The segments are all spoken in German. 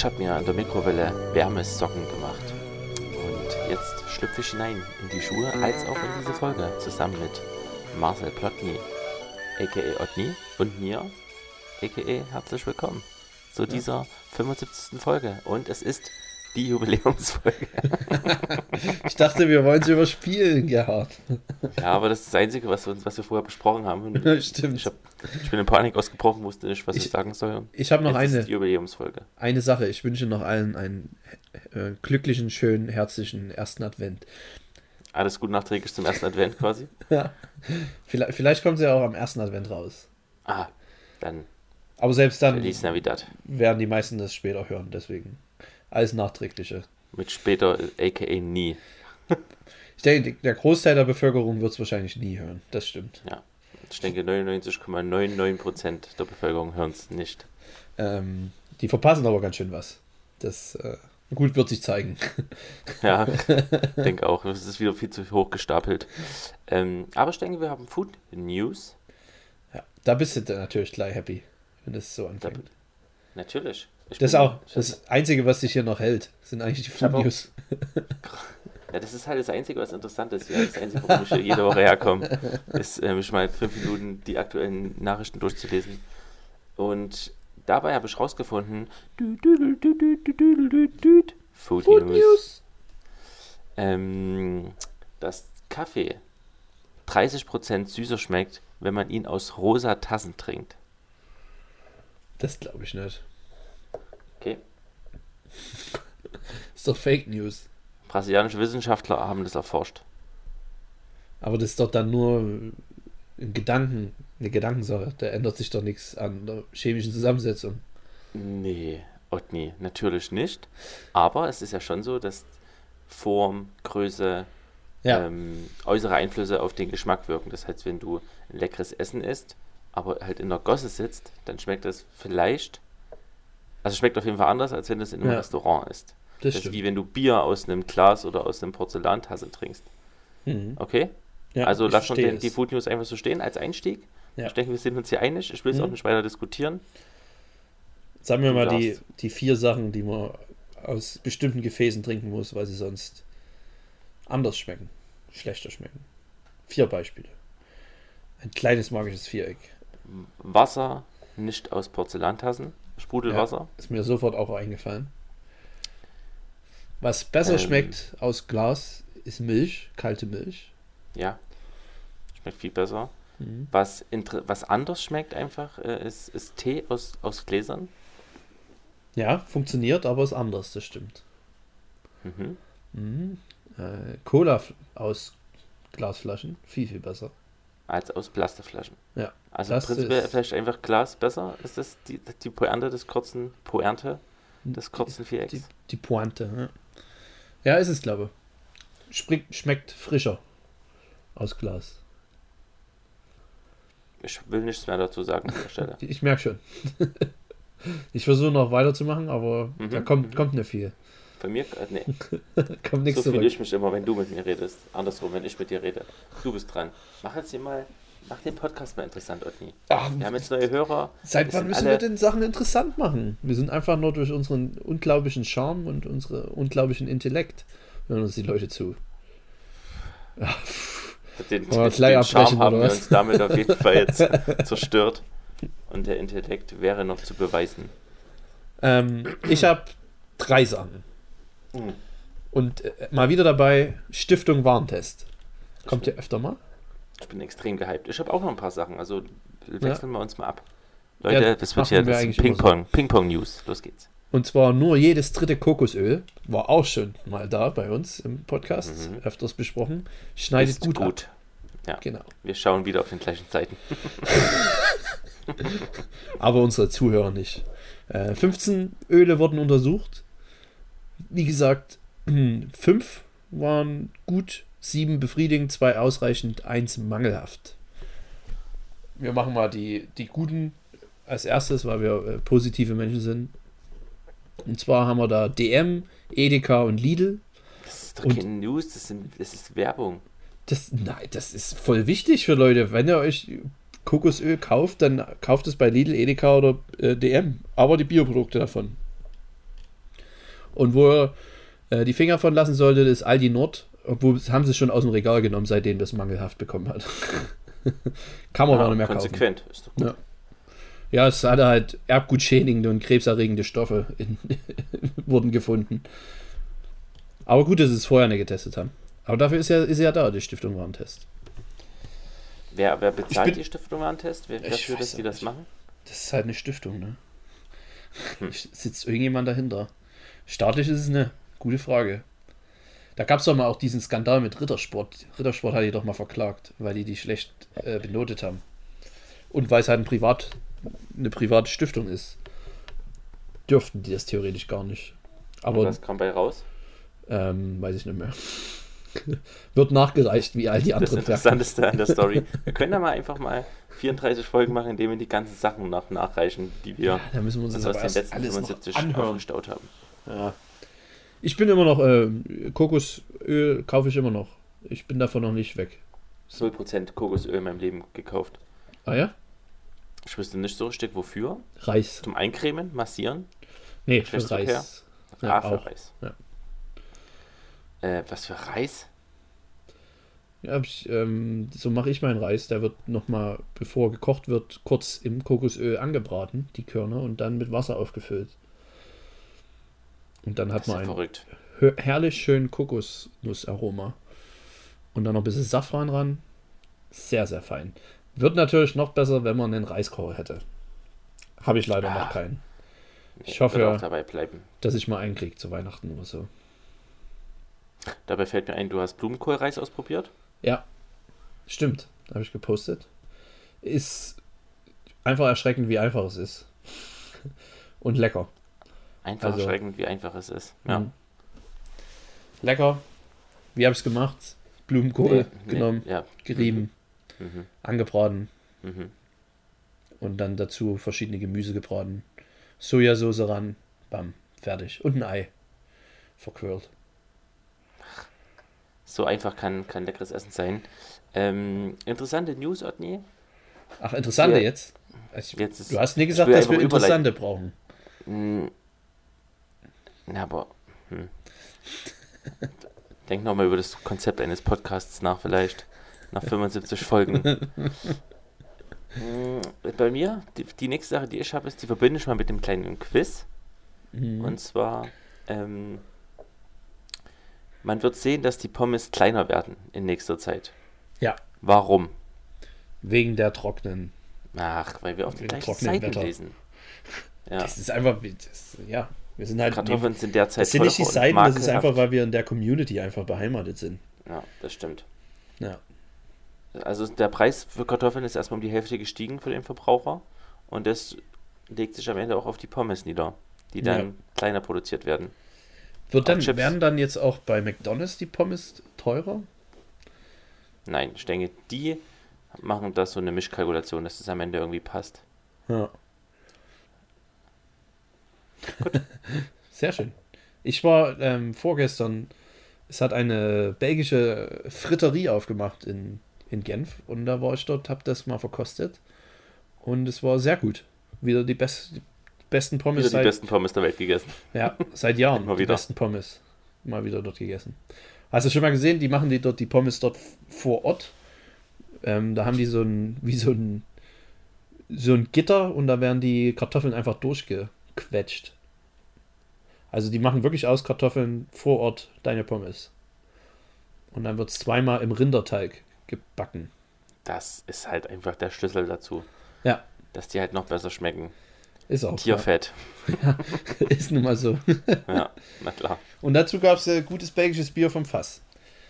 Ich habe mir an der Mikrowelle Wärmesocken gemacht. Und jetzt schlüpfe ich hinein in die Schuhe, als auch in diese Folge, zusammen mit Marcel Plotny, a.k.a. Otni, und mir, a.k.a. herzlich willkommen zu dieser 75. Folge. Und es ist die Jubiläumsfolge. Ich dachte, wir wollen es überspielen, Gerhard. Ja, aber das ist das Einzige, was wir vorher besprochen haben. Und Stimmt. Ich bin in Panik ausgebrochen, wusste nicht, was ich sagen soll. Ich habe noch Jetzt ist die Jubiläumsfolge. eine Sache. Ich wünsche noch allen einen glücklichen, schönen, herzlichen ersten Advent. Alles gut nachträglich zum ersten Advent quasi? Ja. Vielleicht kommt sie ja auch am ersten Advent raus. Ah, dann. Aber selbst dann Feliz Navidad. werden die meisten das später hören, deswegen alles Nachträgliche. Mit später, a.k.a. nie. Ich denke, der Großteil der Bevölkerung wird es wahrscheinlich nie hören, das stimmt. Ja, ich denke 99,99% der Bevölkerung hören es nicht. Die verpassen aber ganz schön was. Das gut wird sich zeigen. Ja, ich denke auch. Das ist wieder viel zu hoch gestapelt. Aber ich denke, wir haben Food News. Ja, da bist du natürlich gleich happy, wenn es so anfängt. Natürlich. Das ist auch das Einzige, was dich hier noch hält, sind eigentlich die Food News. Ja, das ist halt das Einzige, was interessant ist hier. Das Einzige, warum ich hier jede Woche herkomme, ist, mich mal 5 Minuten die aktuellen Nachrichten durchzulesen. Und dabei habe ich rausgefunden, Food News. Dass Kaffee 30% süßer schmeckt, wenn man ihn aus rosa Tassen trinkt. Das glaube ich nicht. Okay. Ist doch Fake News. Brasilianische Wissenschaftler haben das erforscht. Aber das ist doch dann nur eine Gedankensache. Da ändert sich doch nichts an der chemischen Zusammensetzung. Nee, Otni, natürlich nicht. Aber es ist ja schon so, dass Form, Größe, äußere Einflüsse auf den Geschmack wirken. Das heißt, wenn du ein leckeres Essen isst, aber halt in der Gosse sitzt, dann schmeckt das vielleicht, also schmeckt auf jeden Fall anders, als wenn du es in einem Restaurant isst. Das ist wie wenn du Bier aus einem Glas oder aus einem Porzellantasse trinkst. Mhm. Okay? Ja, also lass schon die Food News einfach so stehen als Einstieg. Ja. Ich denke, wir sind uns hier einig. Ich will es auch nicht weiter diskutieren. Sagen wir mal die 4 Sachen, die man aus bestimmten Gefäßen trinken muss, weil sie sonst anders schmecken, schlechter schmecken. 4 Beispiele. Ein kleines magisches Viereck. Wasser nicht aus Porzellantassen, Sprudelwasser. Ja, ist mir sofort auch eingefallen. Was besser schmeckt aus Glas ist Milch, kalte Milch. Ja, schmeckt viel besser. Mhm. Was anders schmeckt einfach, ist Tee aus Gläsern. Ja, funktioniert, aber ist anders, das stimmt. Mhm. Mhm. Cola aus Glasflaschen, viel, viel besser. Als aus Plastikflaschen. Ja. Also prinzipiell vielleicht einfach Glas besser. Ist das die Pointe des kurzen Vierecks? Die Pointe, ja. Ja, ist es, glaube ich. Schmeckt frischer aus Glas. Ich will nichts mehr dazu sagen an der Stelle. Ich merke schon. Ich versuche noch weiterzumachen, aber da kommt nicht viel. Bei mir, nee. Kommt nichts so zurück. fühle ich mich immer, wenn du mit mir redest. Andersrum, wenn ich mit dir rede. Du bist dran. Mach den Podcast mal interessant, Otni. Wir haben jetzt neue Hörer. Seit wann müssen wir denn Sachen interessant machen? Wir sind einfach nur durch unseren unglaublichen Charme und unseren unglaublichen Intellekt hören uns die Leute zu. Den Charme haben wir uns damit auf jeden Fall jetzt zerstört. Und der Intellekt wäre noch zu beweisen. Ich habe 3 Sachen. Und mal wieder dabei, Stiftung Warentest. Kommt ihr öfter mal? Ich bin extrem gehypt. Ich habe auch noch ein paar Sachen, also wechseln wir uns mal ab. Leute, das wird hier Ping-Pong-News. Los geht's. Und zwar nur jedes 3. Kokosöl. War auch schon mal da bei uns im Podcast. Öfters besprochen. Schneidet gut ab. Ja, genau. Wir schauen wieder auf den gleichen Seiten. Aber unsere Zuhörer nicht. 15 Öle wurden untersucht. Wie gesagt, 5 waren gut, 7 befriedigend, 2 ausreichend, 1 mangelhaft. Wir machen mal die guten als erstes, weil wir positive Menschen sind. Und zwar haben wir da DM, Edeka und Lidl. Das ist doch keine News, das ist Werbung. Nein, das ist voll wichtig für Leute. Wenn ihr euch Kokosöl kauft, dann kauft es bei Lidl, Edeka oder DM. Aber die Bioprodukte davon. Und wo er die Finger von lassen sollte, ist Aldi Nord. Obwohl, das haben sie schon aus dem Regal genommen, seitdem das mangelhaft bekommen hat. Kann man gar nicht mehr kaufen. Konsequent, ist doch gut. Ja. Ja, es hatte halt erbgutschädigende und krebserregende Stoffe wurden gefunden. Aber gut, dass sie es vorher nicht getestet haben. Aber dafür ist ja da, die Stiftung Warentest. Wer bezahlt die Stiftung Warentest? Wer dafür, dass die das machen? Das ist halt eine Stiftung, ne? Sitzt irgendjemand dahinter? Staatlich ist es eine gute Frage. Da gab es doch mal auch diesen Skandal mit Rittersport. Rittersport hat die doch mal verklagt, weil die schlecht benotet haben. Und weil es halt eine private Stiftung ist, dürften die das theoretisch gar nicht. Aber und was kam bei raus? Weiß ich nicht mehr. Wird nachgereicht, wie all die anderen. Das Interessanteste an der Story. Wir können da mal einfach mal 34 Folgen machen, indem wir die ganzen Sachen nachreichen, die wir da müssen wir uns aus den letzten alles 75 aufgestaut haben. Ja. Ich bin immer noch, Kokosöl kaufe ich immer noch. Ich bin davon noch nicht weg. 0% Kokosöl in meinem Leben gekauft. Ah ja? Ich wüsste nicht so richtig wofür. Reis. Zum Eincremen, massieren? Nee, für Reis. Ja, für Reis. Ja. Was für Reis? Ja, so mache ich meinen Reis. Der wird nochmal, bevor er gekocht wird, kurz im Kokosöl angebraten, die Körner, und dann mit Wasser aufgefüllt. Und dann hat man ein herrlich schön Kokosnussaroma. Und dann noch ein bisschen Safran ran. Sehr, sehr fein. Wird natürlich noch besser, wenn man einen Reiskocher hätte. Habe ich leider noch keinen. Ich hoffe, auch dabei bleiben, dass ich mal einen kriege zu Weihnachten oder so. Dabei fällt mir ein, du hast Blumenkohlreis ausprobiert? Ja, stimmt. Habe ich gepostet. Ist einfach erschreckend, wie einfach es ist. Und lecker. Einfach erschreckend, wie einfach es ist. Ja. Lecker. Wie habe ich es gemacht? Blumenkohl genommen, gerieben, angebraten und dann dazu verschiedene Gemüse gebraten. Sojasauce ran, bam, fertig. Und ein Ei verquirlt. So einfach kann leckeres Essen sein. Interessante News, Otni. Ach, interessante jetzt? Du hast nie gesagt, dass wir interessante brauchen. Na, aber denk nochmal über das Konzept eines Podcasts nach, vielleicht nach 75 Folgen. Bei mir, die nächste Sache, die ich habe, ist, die verbinde ich mal mit dem kleinen Quiz. Und zwar, man wird sehen, dass die Pommes kleiner werden in nächster Zeit. Ja. Warum? Wegen der trockenen. Ach, weil wir auf die gleichen Seiten Wetter lesen. Ja. Das ist einfach, wir sind halt. Kartoffeln sind derzeit. Das sind nicht die Seiten, das ist einfach, weil wir in der Community einfach beheimatet sind. Ja, das stimmt. Ja. Also der Preis für Kartoffeln ist erstmal um die Hälfte gestiegen für den Verbraucher und das legt sich am Ende auch auf die Pommes nieder, die dann kleiner produziert werden. Werden dann jetzt auch bei McDonald's die Pommes teurer? Nein, ich denke, die machen das so eine Mischkalkulation, dass das am Ende irgendwie passt. Ja. Gut. Sehr schön. Ich war vorgestern, es hat eine belgische Fritterie aufgemacht in Genf und da war ich dort, habe das mal verkostet und es war sehr gut. Wieder die besten Pommes. Wieder die besten Pommes der Welt gegessen. Ja, seit Jahren die besten Pommes. Mal wieder dort gegessen. Hast du schon mal gesehen, die machen die Pommes dort vor Ort. Da haben die so ein Gitter und da werden die Kartoffeln einfach durchgequetscht. Also die machen wirklich aus Kartoffeln vor Ort deine Pommes. Und dann wird es zweimal im Rinderteig gebacken. Das ist halt einfach der Schlüssel dazu. Ja. Dass die halt noch besser schmecken. Ist auch. Tierfett. Ja, ist nun mal so. Ja, na klar. Und dazu gab es gutes belgisches Bier vom Fass.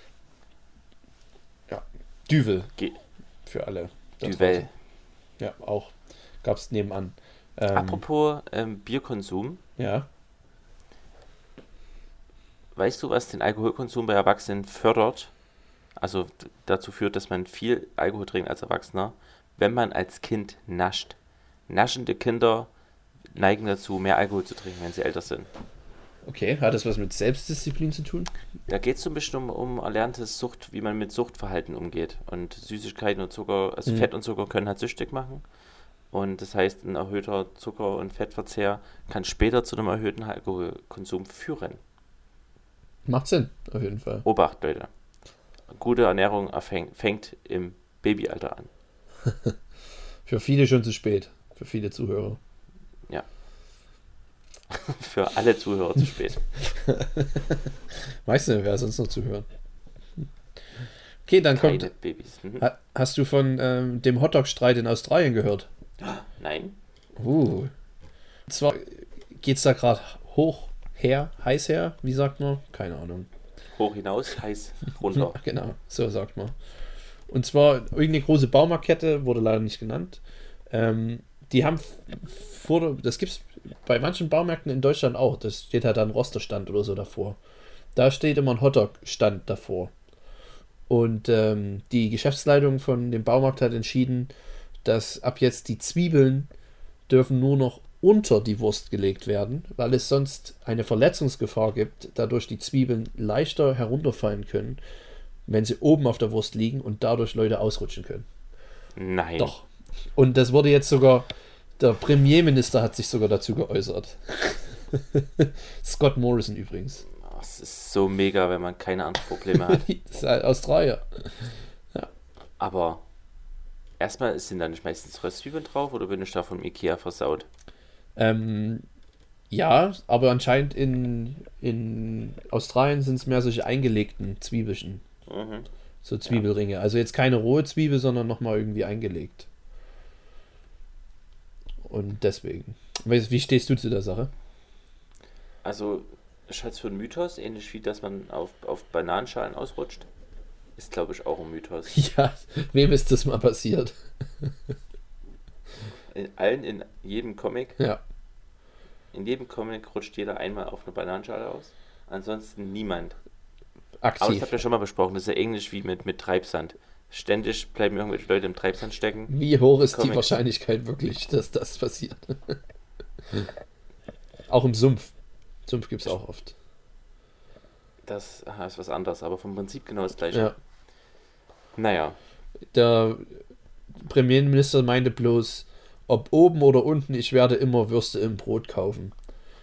Ja. Duvel. Für alle. Duvel. Ja, auch. Gab es nebenan. Apropos Bierkonsum. Ja. Weißt du, was den Alkoholkonsum bei Erwachsenen fördert? Also dazu führt, dass man viel Alkohol trinkt als Erwachsener, wenn man als Kind nascht. Naschende Kinder neigen dazu, mehr Alkohol zu trinken, wenn sie älter sind. Okay, hat das was mit Selbstdisziplin zu tun? Da geht es so ein bisschen um erlerntes wie man mit Suchtverhalten umgeht. Und Süßigkeiten und Zucker, also Fett und Zucker können halt süchtig machen. Und das heißt, ein erhöhter Zucker- und Fettverzehr kann später zu einem erhöhten Alkoholkonsum führen. Macht Sinn, auf jeden Fall. Obacht, Leute. Gute Ernährung fängt im Babyalter an. Für viele schon zu spät. Für viele Zuhörer. Ja. Für alle Zuhörer zu spät. Weißt du, wer sonst noch zuhören? Okay, dann Keine kommt. Babys. Hast du von dem Hotdog-Streit in Australien gehört? Nein. Und zwar geht es da gerade heiß her, wie sagt man? Keine Ahnung. Hoch hinaus, heiß runter. Genau, so sagt man. Und zwar irgendeine große Baumarktkette, wurde leider nicht genannt. Die haben das gibt es bei manchen Baumärkten in Deutschland auch. Das steht halt ein Rosterstand oder so davor. Da steht immer ein Hotdog-Stand davor. Und die Geschäftsleitung von dem Baumarkt hat entschieden, dass ab jetzt die Zwiebeln dürfen nur noch unter die Wurst gelegt werden, weil es sonst eine Verletzungsgefahr gibt, dadurch die Zwiebeln leichter herunterfallen können, wenn sie oben auf der Wurst liegen und dadurch Leute ausrutschen können. Nein. Doch. Und das wurde jetzt sogar, der Premierminister hat sich sogar dazu geäußert. Scott Morrison übrigens. Es ist so mega, wenn man keine anderen Probleme hat. Das ist halt Australier. Ja. Aber erstmal sind da nicht meistens Röstzwiebeln drauf oder bin ich da vom Ikea versaut? Ja, aber anscheinend in Australien sind es mehr solche eingelegten Zwiebelchen. Mhm. So Zwiebelringe. Also jetzt keine rohe Zwiebel, sondern nochmal irgendwie eingelegt. Und deswegen. Wie stehst du zu der Sache? Also, ich halte es für einen Mythos, ähnlich wie, dass man auf Bananenschalen ausrutscht. Ist, glaube ich, auch ein Mythos. Ja, wem ist das mal passiert? In jedem Comic. Ja. In jedem Comic rutscht jeder einmal auf eine Bananenschale aus. Ansonsten niemand. Aktiv. Aber das habt ihr schon mal besprochen. Das ist ja ähnlich wie mit Treibsand. Ständig bleiben irgendwelche Leute im Treibsand stecken. Wie hoch ist die Wahrscheinlichkeit wirklich, dass das passiert? Auch im Sumpf. Sumpf gibt es auch oft. Das ist was anderes, aber vom Prinzip genau das gleiche. Ja. Naja. Der Premierminister meinte bloß, ob oben oder unten, ich werde immer Würste im Brot kaufen.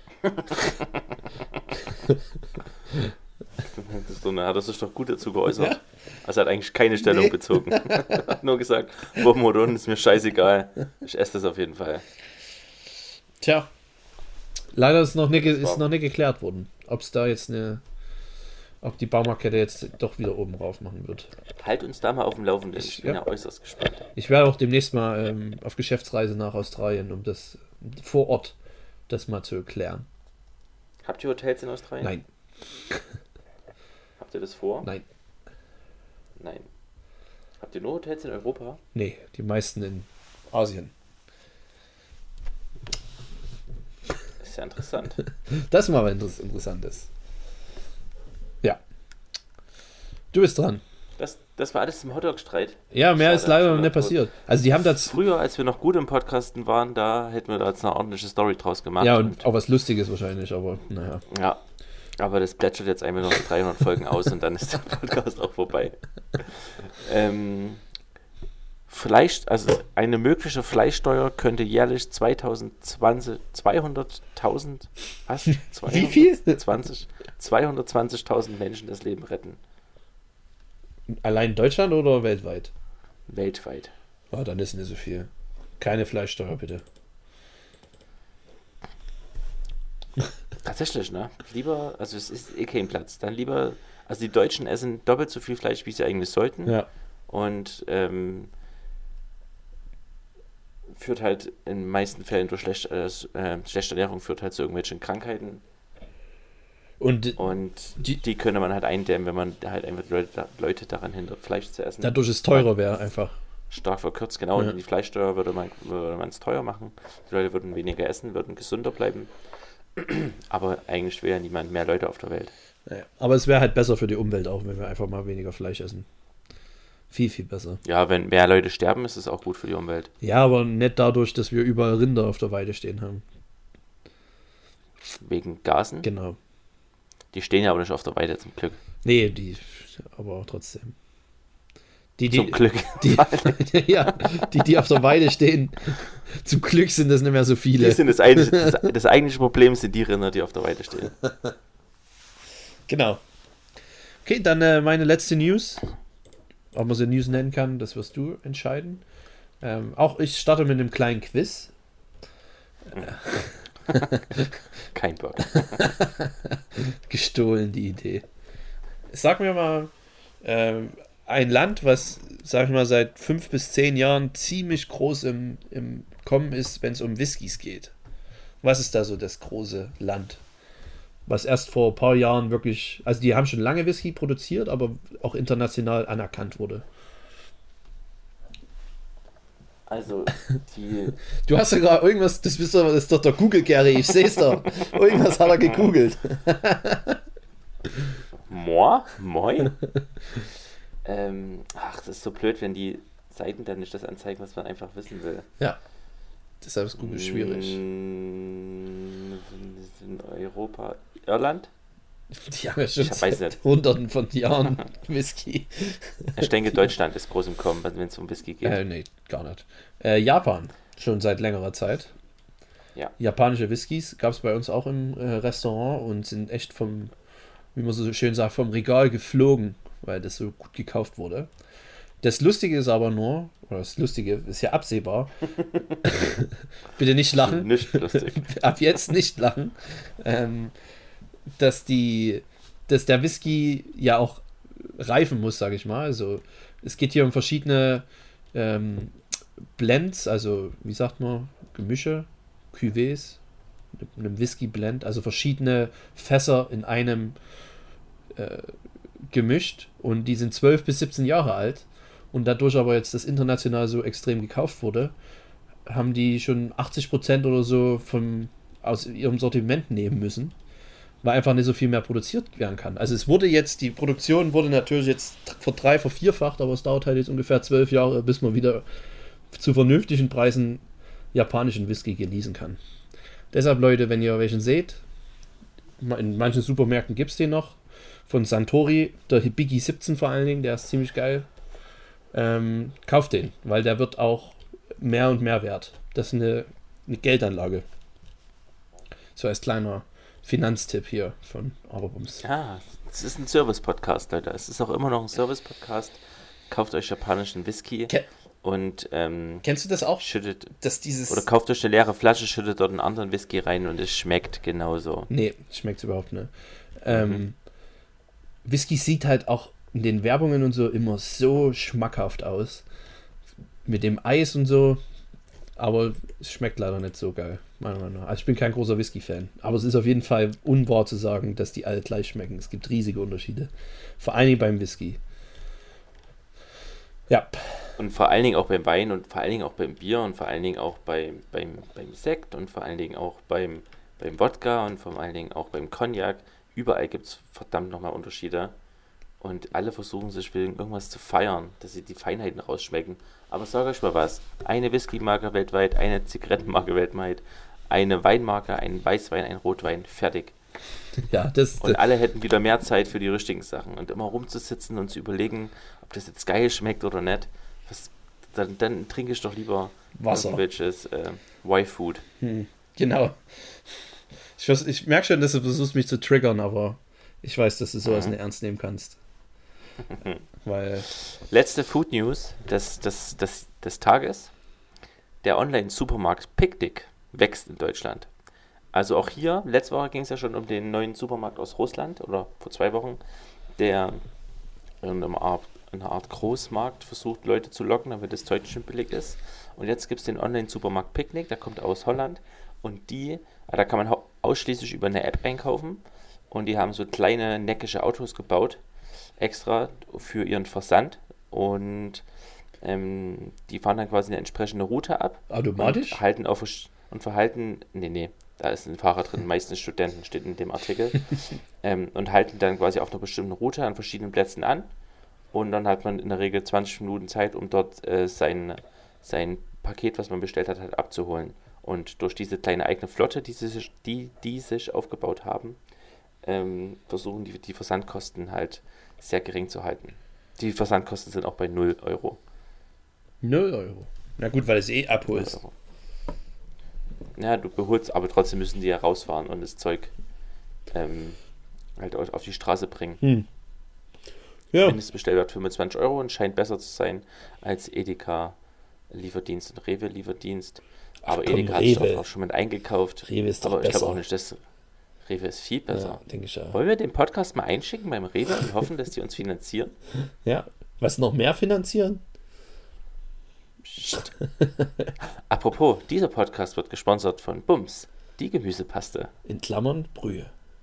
Hat er sich doch gut dazu geäußert. Ja. Also er hat eigentlich keine Stellung bezogen. Hat nur gesagt, oben oder unten ist mir scheißegal. Ich esse das auf jeden Fall. Tja. Leider ist noch nicht geklärt worden, ob die Baumarktkette jetzt doch wieder oben rauf machen wird. Halt uns da mal auf dem Laufenden. Ich bin ja äußerst gespannt. Ich werde auch demnächst mal auf Geschäftsreise nach Australien, um das vor Ort das mal zu erklären. Habt ihr Hotels in Australien? Nein. Habt ihr das vor? Nein. Nein. Habt ihr nur Hotels in Europa? Nee, die meisten in Asien. Das ist ja interessant. Das ist mal was Interessantes. Ja. Du bist dran. Das war alles im Hotdog-Streit. Ja, mehr ist leider noch nicht passiert. Also die haben das... Früher, als wir noch gut im Podcasten waren, da hätten wir da jetzt eine ordentliche Story draus gemacht. Ja, und auch was Lustiges wahrscheinlich, aber naja. Ja, aber das plätschert jetzt einmal noch 300 Folgen aus und dann ist der Podcast auch vorbei. Also eine mögliche Fleischsteuer könnte jährlich 200.000 was? Wie viel? 220.000 Menschen das Leben retten. Allein in Deutschland oder weltweit? Weltweit. Oh, dann ist nicht so viel. Keine Fleischsteuer, bitte. Tatsächlich, ne? Lieber, also es ist kein Platz. Dann lieber, also die Deutschen essen doppelt so viel Fleisch, wie sie eigentlich sollten. Ja. Und führt halt in den meisten Fällen durch schlechte Ernährung führt halt zu irgendwelchen Krankheiten. Und die könnte man halt eindämmen, wenn man halt einfach Leute daran hindert, Fleisch zu essen. Dadurch es teurer wäre einfach. Stark verkürzt, genau. Ja. Und die Fleischsteuer würde man es teuer machen. Die Leute würden weniger essen, würden gesünder bleiben. Aber eigentlich wäre ja niemand mehr Leute auf der Welt. Ja, aber es wäre halt besser für die Umwelt auch, wenn wir einfach mal weniger Fleisch essen. Viel, viel besser. Ja, wenn mehr Leute sterben, ist es auch gut für die Umwelt. Ja, aber nicht dadurch, dass wir überall Rinder auf der Weide stehen haben. Wegen Gasen? Genau. Die stehen ja aber nicht auf der Weide, zum Glück. Nee, aber trotzdem. Zum Glück. Die auf der Weide stehen. Zum Glück sind das nicht mehr so viele. Das eigentliche Problem sind die Rinder, die auf der Weide stehen. Genau. Okay, dann meine letzte News. Ob man sie News nennen kann, das wirst du entscheiden. Auch ich starte mit einem kleinen Quiz. Kein Bock. Gestohlen, die Idee. Sag mir mal, ein Land, was, sag ich mal, seit 5 bis 10 Jahren ziemlich groß im Kommen ist, wenn es um Whiskys geht. Was ist da so das große Land? Was erst vor ein paar Jahren wirklich, also die haben schon lange Whisky produziert, aber auch international anerkannt wurde. Also, Du hast ja gerade irgendwas, das ist doch der Google-Gary, ich sehe es doch. Irgendwas hat er gegoogelt. Moin? Das ist so blöd, wenn die Seiten dann nicht das anzeigen, was man einfach wissen will. Ja, deshalb ist Google schwierig. In Europa, Irland? Die haben ja schon seit Hunderten von Jahren Whisky. Ich denke, Deutschland ist groß im Kommen, wenn es um Whisky geht. Nee, gar nicht. Japan, schon seit längerer Zeit. Ja. Japanische Whiskys gab es bei uns auch im Restaurant und sind echt vom, wie man so schön sagt, vom Regal geflogen, weil das so gut gekauft wurde. Das Lustige ist aber nur, oder das Lustige ist ja absehbar, bitte nicht lachen, nicht lustig. Ab jetzt nicht lachen, dass der Whisky ja auch reifen muss, sage ich mal. Also es geht hier um verschiedene Blends, also wie sagt man, Gemische, Cuvées, einem Whisky-Blend, also verschiedene Fässer in einem gemischt und die sind 12 bis 17 Jahre alt und dadurch aber jetzt das international so extrem gekauft wurde, haben die schon 80% oder so aus ihrem Sortiment nehmen müssen, weil einfach nicht so viel mehr produziert werden kann. Also die Produktion wurde natürlich jetzt vervierfacht, aber es dauert halt jetzt ungefähr 12 Jahre, bis man wieder zu vernünftigen Preisen japanischen Whisky genießen kann. Deshalb, Leute, wenn ihr welchen seht, in manchen Supermärkten gibt es den noch, von Suntory, der Hibiki 17 vor allen Dingen, der ist ziemlich geil. Kauft den, weil der wird auch mehr und mehr wert. Das ist eine Geldanlage. So als kleiner Finanztipp hier von Aberbums. Ja, es ist ein Service-Podcast, Leute. Es ist auch immer noch ein Service-Podcast. Kauft euch japanischen Whisky und kennst du das auch? Oder kauft euch eine leere Flasche, schüttet dort einen anderen Whisky rein und es schmeckt genauso. Nee, schmeckt überhaupt nicht. Whisky sieht halt auch in den Werbungen und so immer so schmackhaft aus. Mit dem Eis und so. Aber es schmeckt leider nicht so geil, meiner Meinung nach. Also ich bin kein großer Whisky-Fan. Aber es ist auf jeden Fall unwahr zu sagen, dass die alle gleich schmecken. Es gibt riesige Unterschiede. Vor allen Dingen beim Whisky. Ja. Und vor allen Dingen auch beim Wein und vor allen Dingen auch beim Bier und vor allen Dingen auch beim Sekt und vor allen Dingen auch beim Wodka und vor allen Dingen auch beim Cognac. Überall gibt es verdammt nochmal Unterschiede. Und alle versuchen sich wegen irgendwas zu feiern, dass sie die Feinheiten rausschmecken. Aber sag euch mal was, eine Whisky-Marke weltweit, eine Zigarettenmarke weltweit, eine Weinmarke, ein Weißwein, ein Rotwein, fertig. Ja, und alle hätten wieder mehr Zeit für die richtigen Sachen. Und immer rumzusitzen und zu überlegen, ob das jetzt geil schmeckt oder nicht. Dann trinke ich doch lieber Wasser. Irgendwelches Y-Food. Genau. Ich merke schon, dass du versuchst, mich zu triggern, aber ich weiß, dass du sowas nicht ernst nehmen kannst. Weil letzte Food News des Tages. Der Online-Supermarkt Picnic wächst in Deutschland. Also auch hier, letzte Woche ging es ja schon um den neuen Supermarkt aus Russland, oder vor 2 Wochen, der in einer Art Großmarkt versucht, Leute zu locken, damit das Zeug schon billig ist. Und jetzt gibt es den Online-Supermarkt Picnic, der kommt aus Holland. Und da kann man ausschließlich über eine App einkaufen. Und die haben so kleine, neckische Autos gebaut, extra für ihren Versand. Und die fahren dann quasi eine entsprechende Route ab. Automatisch? Nee, da ist ein Fahrer drin, meistens Studenten, steht in dem Artikel. Und halten dann quasi auf einer bestimmten Route an verschiedenen Plätzen an. Und dann hat man in der Regel 20 Minuten Zeit, um dort sein Paket, was man bestellt hat, halt abzuholen. Und durch diese kleine eigene Flotte, die sich aufgebaut haben, versuchen die Versandkosten halt sehr gering zu halten. Die Versandkosten sind auch bei 0 Euro. 0 Euro. Na gut, weil es abholst. Ja, du beholst, aber trotzdem müssen die ja rausfahren und das Zeug halt auf die Straße bringen. Ja. Mindestbestellwert 25 Euro und scheint besser zu sein als Edeka Lieferdienst und Rewe Lieferdienst. Aber komm, Edeka hat sich auch schon mit eingekauft. Rewe ist doch aber besser. Ich glaube auch nicht, dass Rewe ist viel besser. Ja, denke ich ja. Wollen wir den Podcast mal einschicken beim Rewe und hoffen, dass die uns finanzieren? Ja. Was noch mehr finanzieren? Apropos, dieser Podcast wird gesponsert von Bums, die Gemüsepaste. In Klammern Brühe.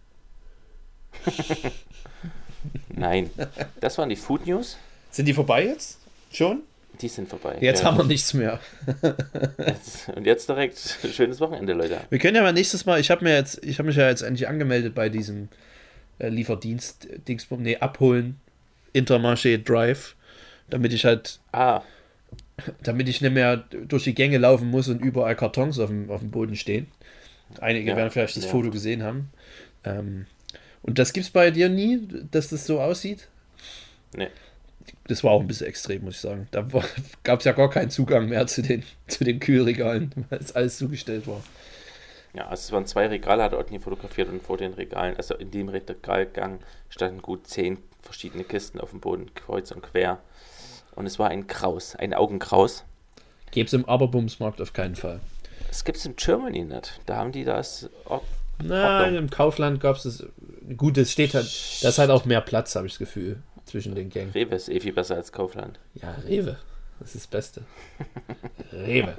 Nein, das waren die Food News. Sind die vorbei jetzt? Schon? Die sind vorbei. Jetzt haben wir nichts mehr. Und jetzt direkt schönes Wochenende, Leute. Wir können ja mal nächstes Mal, ich habe mich ja jetzt endlich angemeldet bei diesem Lieferdienst, Abholen, Intermarché Drive, damit ich halt, damit ich nicht mehr durch die Gänge laufen muss und überall Kartons auf dem Boden stehen. Einige werden vielleicht das Foto gesehen haben. Und das gibt's bei dir nie, dass das so aussieht? Nee. Das war auch ein bisschen extrem, muss ich sagen. Da gab es ja gar keinen Zugang mehr zu den Kühlregalen, weil es alles zugestellt war. Ja, also es waren 2 Regale, hat Otni fotografiert und vor den Regalen, also in dem Regalgang standen gut 10 verschiedene Kisten auf dem Boden, kreuz und quer. Und es war ein Graus, ein Augengraus. Gäbe es im Aberbumsmarkt auf keinen Fall. Das gibt es in Germany nicht. Da haben die das... Nein, im Kaufland gab es das. Gut, es steht halt, da ist halt auch mehr Platz, habe ich das Gefühl, zwischen den Gängen. Rewe ist viel besser als Kaufland. Ja, Rewe. Das ist das Beste. Rewe.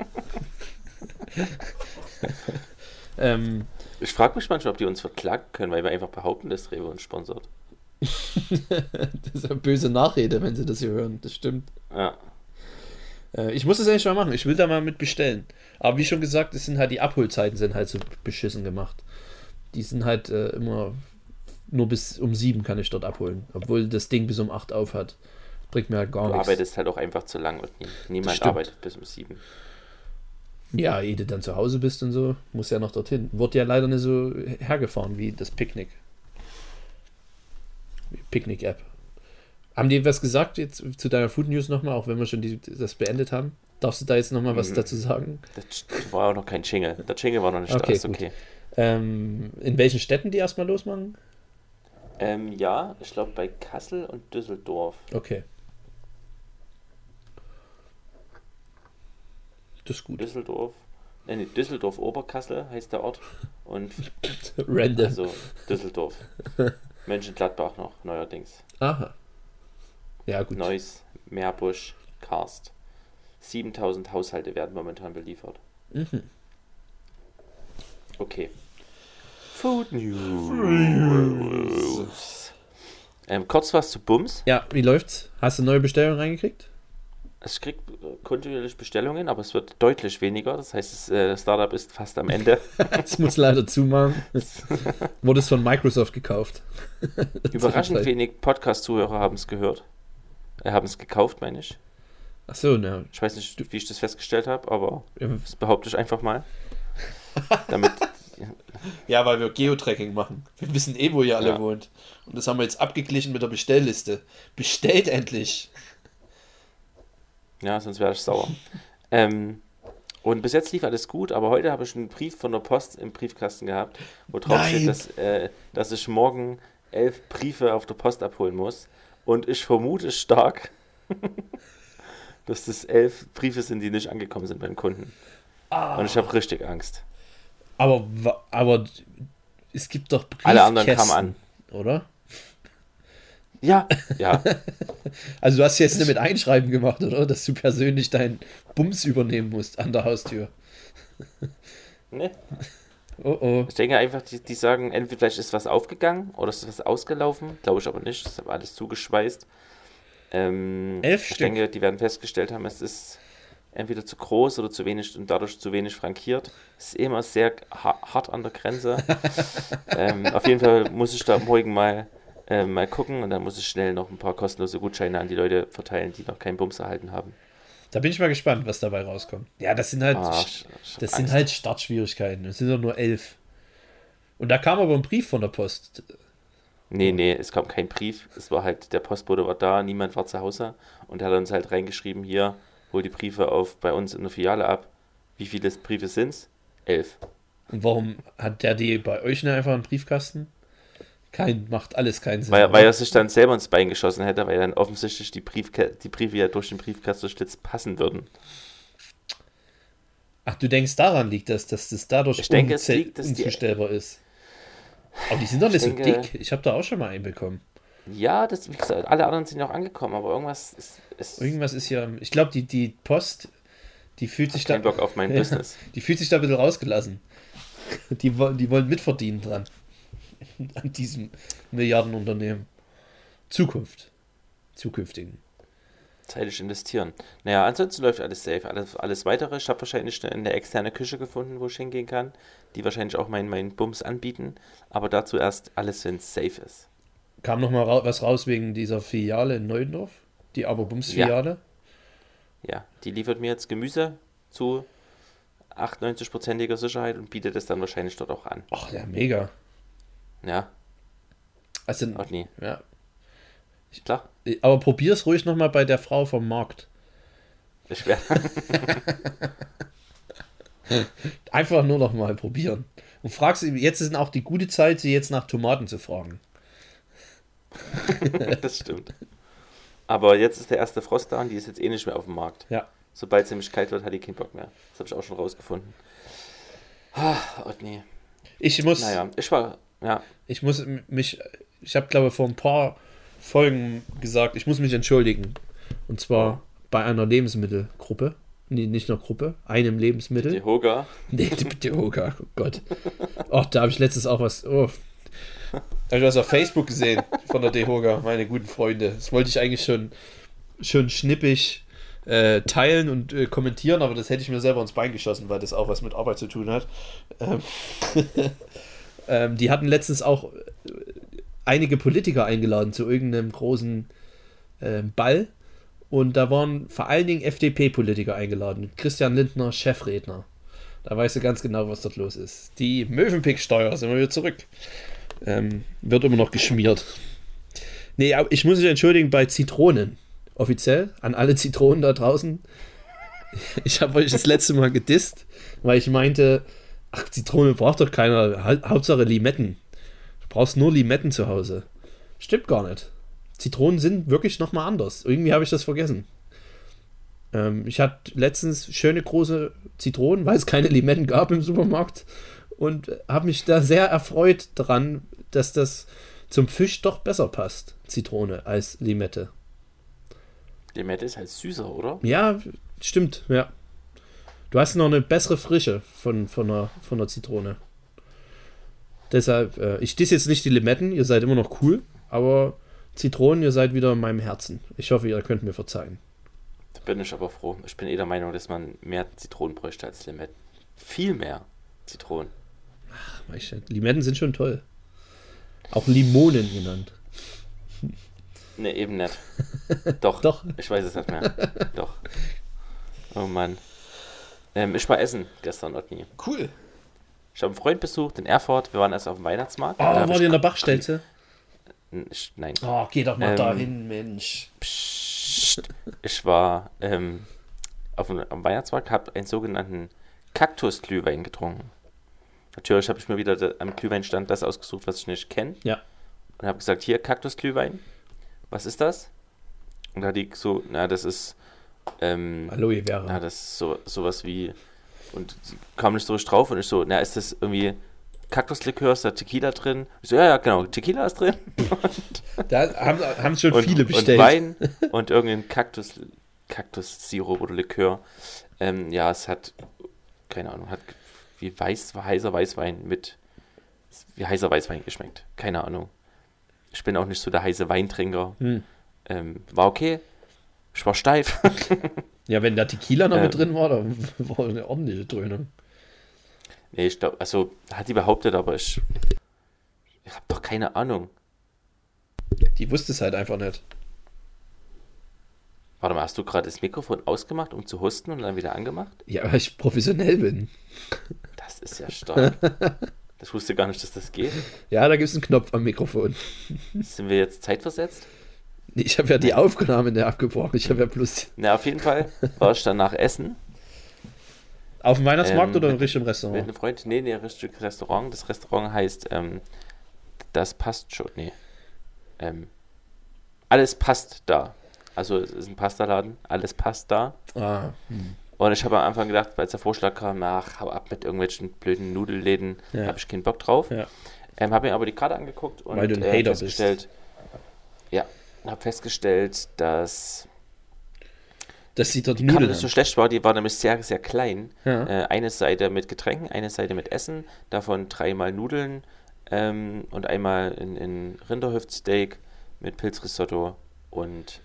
Ich frage mich manchmal, ob die uns verklagen können, weil wir einfach behaupten, dass Rewe uns sponsort. Das ist eine böse Nachrede, wenn sie das hier hören. Das stimmt. Ja. Ich muss das eigentlich mal machen. Ich will da mal mit bestellen. Aber wie schon gesagt, es sind halt die Abholzeiten sind halt so beschissen gemacht. Die sind halt immer nur bis um 7 kann ich dort abholen. Obwohl das Ding bis um 8 auf hat. Bringt mir halt gar nichts. Du arbeitest halt auch einfach zu lang und niemand arbeitet bis um 7. Ja, ehe du dann zu Hause bist und so, muss ja noch dorthin. Wurde ja leider nicht so hergefahren wie das Picknick. Picknick-App. Haben die was gesagt jetzt zu deiner Food News nochmal, auch wenn wir schon das beendet haben? Darfst du da jetzt nochmal was dazu sagen? Das war auch noch kein Jingle. Der Jingle war noch nicht okay, da, ist gut. okay. In welchen Städten die erstmal losmachen? Ja, ich glaube bei Kassel und Düsseldorf. Okay. Das ist gut. Düsseldorf Oberkassel heißt der Ort. Und Random. Also Düsseldorf. Mönchengladbach noch, neuerdings. Aha. Ja, gut. Neuss, Meerbusch, Karst. 7000 Haushalte werden momentan beliefert. Mhm. Okay. Food News. Kurz was zu Bums. Ja, wie läuft's? Hast du neue Bestellungen reingekriegt? Ich kriege kontinuierlich Bestellungen, aber es wird deutlich weniger. Das heißt, das Startup ist fast am Ende. Es muss leider zumachen. Wurde es von Microsoft gekauft. Überraschend wenig Podcast-Zuhörer haben es gehört. Haben es gekauft, meine ich. Ach so, ne. Ich weiß nicht, wie ich das festgestellt habe, aber das behaupte ich einfach mal. Damit. Ja, weil wir Geotracking machen. Wir wissen wo ihr alle wohnt. Und das haben wir jetzt abgeglichen mit der Bestellliste. Bestellt endlich! Ja, sonst wäre ich sauer. Und bis jetzt lief alles gut, aber heute habe ich einen Brief von der Post im Briefkasten gehabt, wo drauf steht, dass ich morgen 11 Briefe auf der Post abholen muss. Und ich vermute stark, dass das 11 Briefe sind, die nicht angekommen sind beim Kunden. Und ich habe richtig Angst. Aber es gibt doch Briefkästen, alle anderen kamen an. Oder? Ja. Also du hast jetzt nicht mit Einschreiben gemacht, oder? Dass du persönlich deinen Bums übernehmen musst an der Haustür. Nee. Oh. Ich denke einfach, die sagen, entweder vielleicht ist was aufgegangen oder ist was ausgelaufen. Glaube ich aber nicht. Das ist alles zugeschweißt. 11 Stück. Ich denke, die werden festgestellt haben, es ist entweder zu groß oder zu wenig und dadurch zu wenig frankiert. Es ist immer sehr hart an der Grenze. Auf jeden Fall muss ich da morgen mal gucken und dann muss ich schnell noch ein paar kostenlose Gutscheine an die Leute verteilen, die noch keinen Bums erhalten haben. Da bin ich mal gespannt, was dabei rauskommt. Ja, das sind halt, sind halt Startschwierigkeiten. Es sind doch nur 11. Und da kam aber ein Brief von der Post. Nee, es kam kein Brief. Es war halt, der Postbote war da, niemand war zu Hause. Und er hat uns halt reingeschrieben, hier, hol die Briefe bei uns in der Filiale ab. Wie viele Briefe sind's? 11. Und warum hat der die bei euch nicht einfach einen Briefkasten? Macht alles keinen Sinn. Weil er sich dann selber ins Bein geschossen hätte, weil dann offensichtlich die Briefe ja durch den Briefkastenschlitz passen würden. Ach, du denkst, daran liegt das, dass das dadurch unzustellbar ist. Aber die sind doch nicht so dick. Ich habe da auch schon mal einen bekommen. Ja, wie gesagt, alle anderen sind ja auch angekommen, aber irgendwas ist... Irgendwas ist ja... Ich glaube, die Post, die fühlt sich da... Kein Bock auf mein Business. Die fühlt sich da ein bisschen rausgelassen. Die wollen mitverdienen dran. An diesem Milliardenunternehmen. Zukünftigen. Zeitlich investieren. Naja, ansonsten läuft alles safe. Alles weitere. Ich habe wahrscheinlich eine externe Küche gefunden, wo ich hingehen kann, die wahrscheinlich auch meinen Bums anbieten. Aber dazu erst alles, wenn es safe ist. Kam noch mal was raus wegen dieser Filiale in Neuendorf? Die Aber-Bums-Filiale? Ja, die liefert mir jetzt Gemüse zu 98%iger Sicherheit und bietet es dann wahrscheinlich dort auch an. Ach ja, mega. Ja. Also, auch nie. Ja. Klar. Aber probier's ruhig nochmal bei der Frau vom Markt. Ich werde. Einfach nur noch mal probieren. Und fragst sie, jetzt ist auch die gute Zeit, sie jetzt nach Tomaten zu fragen. Das stimmt. Aber jetzt ist der erste Frost da und die ist jetzt eh nicht mehr auf dem Markt. Ja. Sobald es nämlich kalt wird, hat die keinen Bock mehr. Das habe ich auch schon rausgefunden. Nee. Ich muss mich, ich habe glaube vor ein paar Folgen gesagt, ich muss mich entschuldigen. Und zwar bei einer Lebensmittelgruppe. Nee, nicht einer Gruppe, einem Lebensmittel. DEHOGA. Nee, DEHOGA, oh Gott. Ach, da habe ich letztens auch was. Oh. Da habe ich was auf Facebook gesehen von der DEHOGA, meine guten Freunde. Das wollte ich eigentlich schon schnippig teilen und kommentieren, aber das hätte ich mir selber ins Bein geschossen, weil das auch was mit Arbeit zu tun hat. Die hatten letztens auch einige Politiker eingeladen zu irgendeinem großen Ball und da waren vor allen Dingen FDP-Politiker eingeladen. Christian Lindner, Chefredner. Da weißt du ganz genau, was dort los ist. Die Mövenpick-Steuer, sind wir wieder zurück. Wird immer noch geschmiert. Nee, aber ich muss mich entschuldigen bei Zitronen. Offiziell an alle Zitronen da draußen. Ich habe euch das letzte Mal gedisst, weil ich meinte, ach, Zitrone braucht doch keiner. Hauptsache Limetten. Du brauchst nur Limetten zu Hause. Stimmt gar nicht. Zitronen sind wirklich nochmal anders. Irgendwie habe ich das vergessen. Ich hatte letztens schöne große Zitronen, weil es keine Limetten gab im Supermarkt. Und habe mich da sehr erfreut dran, dass das zum Fisch doch besser passt, Zitrone, als Limette. Limette ist halt süßer, oder? Ja, stimmt, ja. Du hast noch eine bessere Frische von der Zitrone. Deshalb, ich disse jetzt nicht die Limetten, ihr seid immer noch cool, aber Zitronen, ihr seid wieder in meinem Herzen. Ich hoffe, ihr könnt mir verzeihen. Da bin ich aber froh. Ich bin der Meinung, dass man mehr Zitronen bräuchte als Limetten. Viel mehr Zitronen. Ach, Limetten sind schon toll. Auch Limonen genannt. Ne, eben nicht. Doch. Doch. Ich weiß es nicht mehr. Doch. Oh Mann. Ich war essen gestern, Otni. Cool. Ich habe einen Freund besucht in Erfurt. Wir waren erst auf dem Weihnachtsmarkt. Oh, war die in der Bachstelze? Nein. Oh, geh doch mal dahin, Mensch. Psst. Ich war am Weihnachtsmarkt, habe einen sogenannten Kaktusglühwein getrunken. Natürlich habe ich mir wieder am Glühweinstand das ausgesucht, was ich nicht kenne. Ja. Und habe gesagt, hier, Kaktusglühwein. Was ist das? Und da hat die so, das ist Aloe Vera. das ist sowas wie, und sie kam nicht so richtig drauf und ich so, ist das irgendwie Kaktuslikör, ist da Tequila drin? Ich so, ja, genau, Tequila ist drin. Da haben schon viele bestellt. Und Wein und irgendein Kaktussirup oder Likör. Es hat, keine Ahnung, hat wie heißer Weißwein geschmeckt. Keine Ahnung. Ich bin auch nicht so der heiße Weintrinker. War okay. Ich war steif. Ja, wenn da Tequila noch mit drin war, dann war eine ordentliche Dröhnung. Nee, ich glaube, also hat die behauptet, aber ich habe doch keine Ahnung. Die wusste es halt einfach nicht. Warte mal, hast du gerade das Mikrofon ausgemacht, um zu husten und dann wieder angemacht? Ja, weil ich professionell bin. Das ist ja stark. Das wusste gar nicht, dass das geht. Ja, da gibt es einen Knopf am Mikrofon. Sind wir jetzt zeitversetzt? Ich habe ja die Aufnahme nicht abgebrochen. Ich habe ja bloß... Na, auf jeden Fall war ich dann nach Essen. Auf dem Weihnachtsmarkt oder richtig im Restaurant? Mit einem Freund, nee, richtig Restaurant. Das Restaurant heißt Das passt schon, nee. Alles passt da. Also es ist ein Pastaladen, alles passt da. Ah. Und ich habe am Anfang gedacht, als der Vorschlag kam, ach, hau ab mit irgendwelchen blöden Nudelläden, habe ich keinen Bock drauf. Ja. Habe mir aber die Karte angeguckt und weil du ein Hater festgestellt, habe festgestellt, dass sie dort die Karte nicht so schlecht war. Die war nämlich sehr, sehr klein. Ja. Eine Seite mit Getränken, eine Seite mit Essen, davon 3-mal Nudeln und einmal in Rinderhüftsteak mit Pilzrisotto und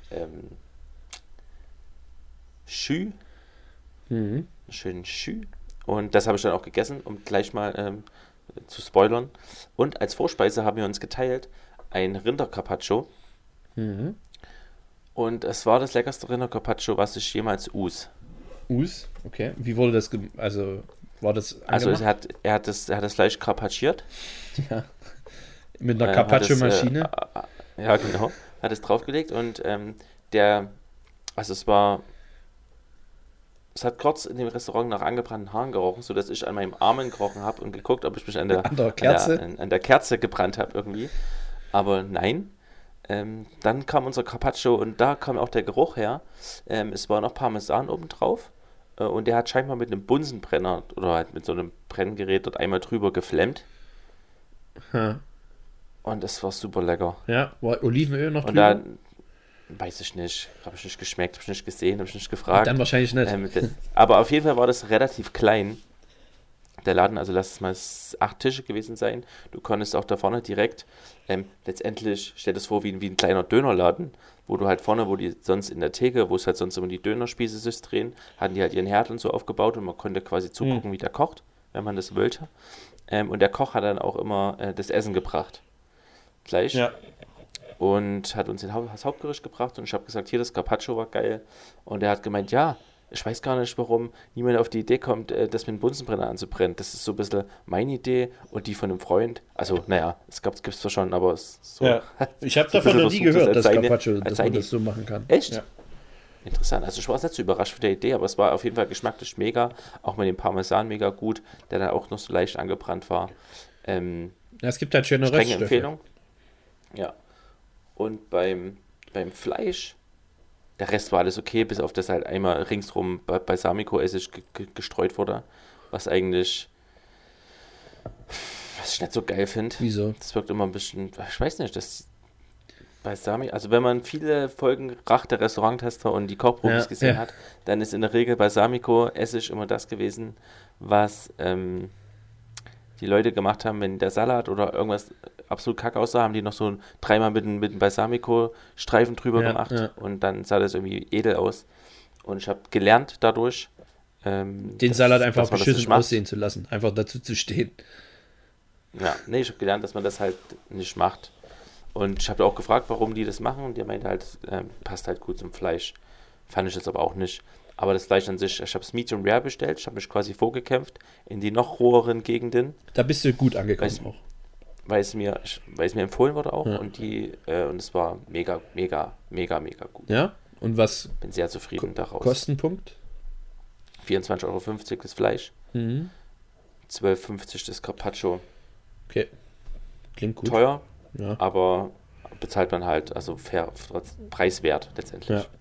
Schü. Mhm. Schönen Schü. Und das habe ich dann auch gegessen, um gleich mal zu spoilern. Und als Vorspeise haben wir uns geteilt ein Rinder-Carpaccio. Mhm. Und es war das leckerste Rinder-Carpaccio, was ich jemals Okay. Wie wurde das war das angemacht? er hat das Fleisch carpacciert. Ja. Mit einer Carpaccio-Maschine. Ja, genau. Hat es draufgelegt und es hat kurz in dem Restaurant nach angebrannten Haaren gerochen, sodass ich an meinem Armen gerochen habe und geguckt, ob ich mich an der Kerze gebrannt habe irgendwie. Aber nein. Dann kam unser Carpaccio und da kam auch der Geruch her. Es war noch Parmesan oben drauf und der hat scheinbar mit einem Bunsenbrenner oder halt mit so einem Brenngerät dort einmal drüber geflammt. Und es war super lecker. Ja, war Olivenöl noch und drüber? Und dann, weiß ich nicht, habe ich nicht geschmeckt, habe ich nicht gesehen, habe ich nicht gefragt. Dann wahrscheinlich nicht. Aber auf jeden Fall war das relativ klein. Der Laden, also lass es mal 8 Tische gewesen sein. Du konntest auch da vorne direkt, letztendlich, stell das vor wie ein kleiner Dönerladen, wo du halt vorne, wo die sonst in der Theke, wo es halt sonst immer die Dönerspieße sich drehen, hatten die halt ihren Herd und so aufgebaut und man konnte quasi zugucken, wie der kocht, wenn man das wollte. Und der Koch hat dann auch immer das Essen gebracht. Gleich. Ja. Und hat uns das Hauptgericht gebracht und ich habe gesagt, hier, das Carpaccio war geil. Und er hat gemeint, ja, ich weiß gar nicht, warum niemand auf die Idee kommt, das mit einem Bunsenbrenner anzubrennen. Das ist so ein bisschen meine Idee und die von einem Freund. Also, naja, es gibt es zwar schon, aber es ist so. Ja. Ich habe davon noch nie gehört, dass Carpaccio, dass man das so machen kann. Echt? Ja. Interessant. Also ich war nicht so überrascht von der Idee, aber es war auf jeden Fall geschmacklich mega. Auch mit dem Parmesan mega gut, der dann auch noch so leicht angebrannt war. Ja, es gibt halt schöne strenge Empfehlung. Ja. Und beim Fleisch, der Rest war alles okay, bis auf das halt einmal ringsrum Balsamico-Essig gestreut wurde, was ich nicht so geil finde. Wieso? Das wirkt immer ein bisschen, ich weiß nicht, das Balsamico, also wenn man viele Folgen Rach der Restauranttester und die Kochprofis gesehen hat, dann ist in der Regel Balsamico-Essig immer das gewesen, was die Leute gemacht haben, wenn der Salat oder irgendwas absolut kacke aussah, haben die noch so 3-mal mit einem Balsamico-Streifen drüber gemacht und dann sah das irgendwie edel aus. Und ich habe gelernt dadurch, den Salat einfach beschissen aussehen zu lassen, einfach dazu zu stehen. Ja, nee, ich habe gelernt, dass man das halt nicht macht. Und ich habe auch gefragt, warum die das machen und die meinte halt, passt halt gut zum Fleisch. Fand ich jetzt aber auch nicht. Aber das Fleisch an sich, ich habe es Medium Rare bestellt, ich habe mich quasi vorgekämpft in die noch roheren Gegenden. Da bist du gut angekommen auch. Weil es mir empfohlen wurde auch und es war mega, mega, mega, mega gut. Ja, und was? Bin sehr zufrieden daraus. Kostenpunkt? 24,50 € das Fleisch, 12,50 € das Carpaccio. Okay, klingt gut. Teuer, ja. Aber bezahlt man halt, also fair, preiswert letztendlich. Ja.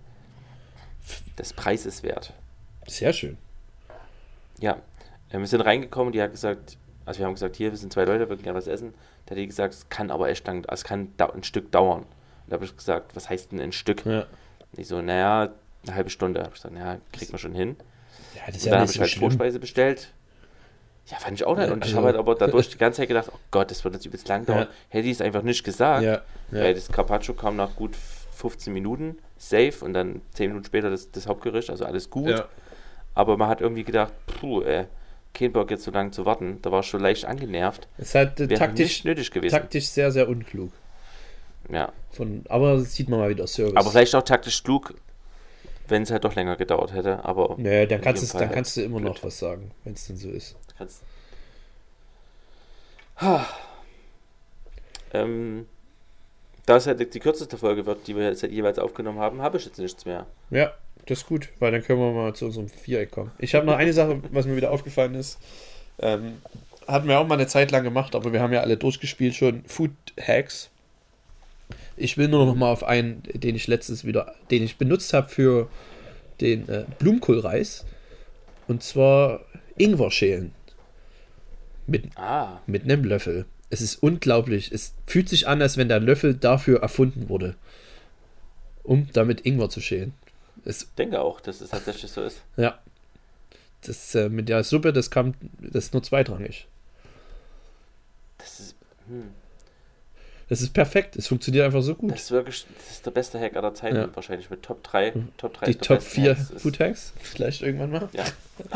Das Preis ist wert. Sehr schön. Ja, wir sind reingekommen und die hat gesagt, also wir haben gesagt, hier, wir sind 2 Leute, wir würden gerne was essen. Da hat die gesagt, es kann aber echt lang, es kann ein Stück dauern. Und da habe ich gesagt, was heißt denn ein Stück? Ja. Und ich so, naja, eine halbe Stunde. Da habe ich gesagt, naja, kriegt man schon hin. Ja, das ist und dann habe ich halt Vorspeise bestellt. Ja, fand ich auch nicht. Und ich habe halt aber dadurch die ganze Zeit gedacht, oh Gott, das wird jetzt übelst lang dauern. Hätte ich es einfach nicht gesagt. Ja. Weil das Carpaccio kam nach gut 15 Minuten, safe, und dann 10 Minuten später das Hauptgericht, also alles gut. Ja. Aber man hat irgendwie gedacht, kein Bock jetzt so lange zu warten. Da war ich schon leicht angenervt. Es ist halt taktisch nötig gewesen. Taktisch sehr, sehr unklug. Ja. Aber das sieht man mal wieder Service. Aber vielleicht auch taktisch klug, wenn es halt doch länger gedauert hätte. Aber nee, dann kannst du immer noch was sagen, wenn es denn so ist. Da es halt die kürzeste Folge wird, die wir jetzt jeweils aufgenommen haben, habe ich jetzt nichts mehr. Ja, das ist gut, weil dann können wir mal zu unserem Viereck kommen. Ich habe noch eine Sache, was mir wieder aufgefallen ist. Hatten wir auch mal eine Zeit lang gemacht, aber wir haben ja alle durchgespielt schon. Food Hacks. Ich will nur noch mal auf einen, den ich benutzt habe für den Blumenkohlreis. Und zwar Ingwer schälen. Mit einem Löffel. Es ist unglaublich. Es fühlt sich an, als wenn der Löffel dafür erfunden wurde. Um damit Ingwer zu schälen. Ich denke auch, dass es tatsächlich so ist. Ja. Das mit der Suppe, das ist nur zweitrangig. Das ist perfekt. Es funktioniert einfach so gut. Das ist der beste Hack aller Zeiten. Ja. Wahrscheinlich mit Top 3. Die Top 4 Food Hacks. Vielleicht irgendwann mal. Ja.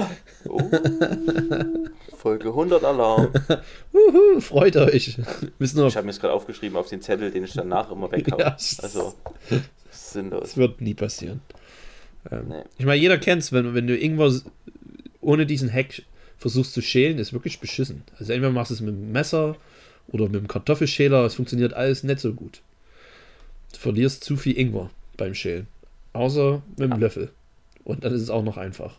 Folge 100 Alarm. Freut euch. Ich habe mir es gerade aufgeschrieben auf den Zettel, den ich danach immer weghaue. Ja, also, sinnlos. Das wird nie passieren. Nee. Ich meine, jeder kennt es, wenn du Ingwer ohne diesen Hack versuchst zu schälen, ist wirklich beschissen. Also entweder machst du es mit dem Messer oder mit dem Kartoffelschäler, es funktioniert alles nicht so gut. Du verlierst zu viel Ingwer beim Schälen. Außer mit dem Löffel. Und dann ist es auch noch einfach.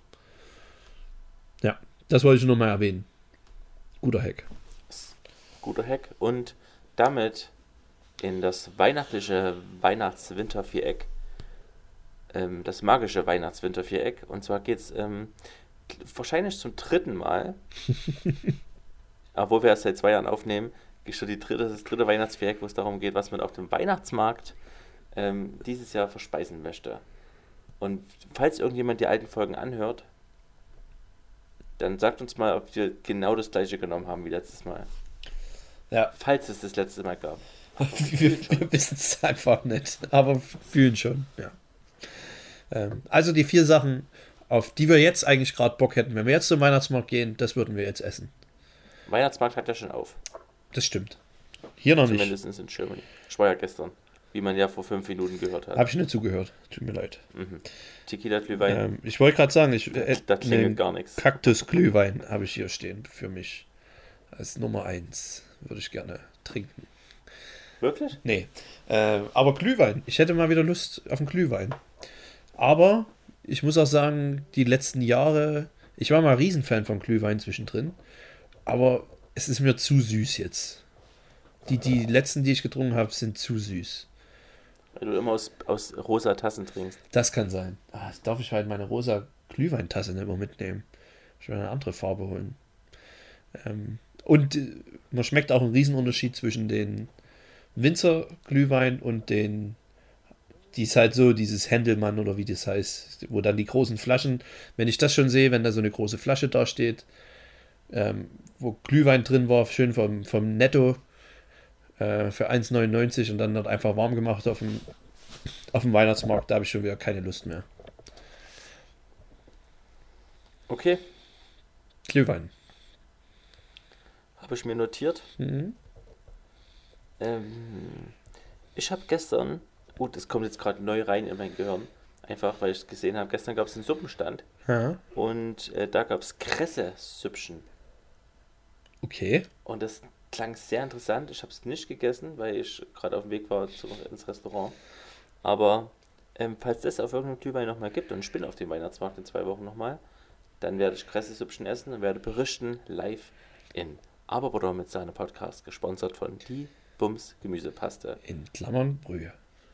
Ja, das wollte ich nur mal erwähnen. Guter Hack. Guter Hack. Und damit in das weihnachtliche Weihnachts-Winter-Viereck. Das magische Weihnachts-Winter-Viereck. Und zwar geht es wahrscheinlich zum 3. Mal, obwohl wir erst seit 2 Jahren aufnehmen, ist schon das 3. Weihnachtsviereck, wo es darum geht, was man auf dem Weihnachtsmarkt dieses Jahr verspeisen möchte. Und falls irgendjemand die alten Folgen anhört, dann sagt uns mal, ob wir genau das gleiche genommen haben wie letztes Mal. Ja. Falls es das letzte Mal gab. Wir wissen es einfach nicht, aber fühlen schon, ja. Also die 4 Sachen, auf die wir jetzt eigentlich gerade Bock hätten, wenn wir jetzt zum Weihnachtsmarkt gehen, das würden wir jetzt essen. Weihnachtsmarkt hat ja schon auf. Das stimmt. Hier noch Zumindest nicht. In Germany. Ich war ja gestern, wie man ja vor 5 Minuten gehört hat. Habe ich nicht zugehört, tut mir leid. Tequila Glühwein. Ich wollte gerade sagen, da klingelt gar nichts. Kaktus Glühwein habe ich hier stehen für mich. Als Nummer 1 würde ich gerne trinken. Wirklich? Nee. Aber Glühwein. Ich hätte mal wieder Lust auf einen Glühwein. Aber ich muss auch sagen, die letzten Jahre, ich war mal ein Riesenfan von Glühwein zwischendrin, aber es ist mir zu süß jetzt. Die letzten, die ich getrunken habe, sind zu süß. Weil du immer aus rosa Tassen trinkst. Das kann sein. Darf ich halt meine rosa Glühweintasse nicht mehr mitnehmen. Ich will eine andere Farbe holen. Und man schmeckt auch einen Riesenunterschied zwischen den Winzer-Glühwein und den, die ist halt so, dieses Händelmann oder wie das heißt, wo dann die großen Flaschen, wenn ich das schon sehe, wenn da so eine große Flasche da steht, wo Glühwein drin war, schön vom Netto für 1,99 und dann dort einfach warm gemacht auf dem Weihnachtsmarkt, da habe ich schon wieder keine Lust mehr. Okay. Glühwein. Habe ich mir notiert. Ich habe gestern, das kommt jetzt gerade neu rein in mein Gehirn, einfach weil ich es gesehen habe, gestern gab es einen Suppenstand und da gab es Kresse-Süppchen. Okay. Und das klang sehr interessant. Ich habe es nicht gegessen, weil ich gerade auf dem Weg war ins Restaurant. Aber falls es auf irgendeinem Glühwein nochmal gibt und ich bin auf dem Weihnachtsmarkt in 2 Wochen nochmal, dann werde ich Kresse-Süppchen essen und werde berichten live in Aberbutter mit seinem Podcast, gesponsert von Die Bums Gemüsepaste. In Klammern Brühe.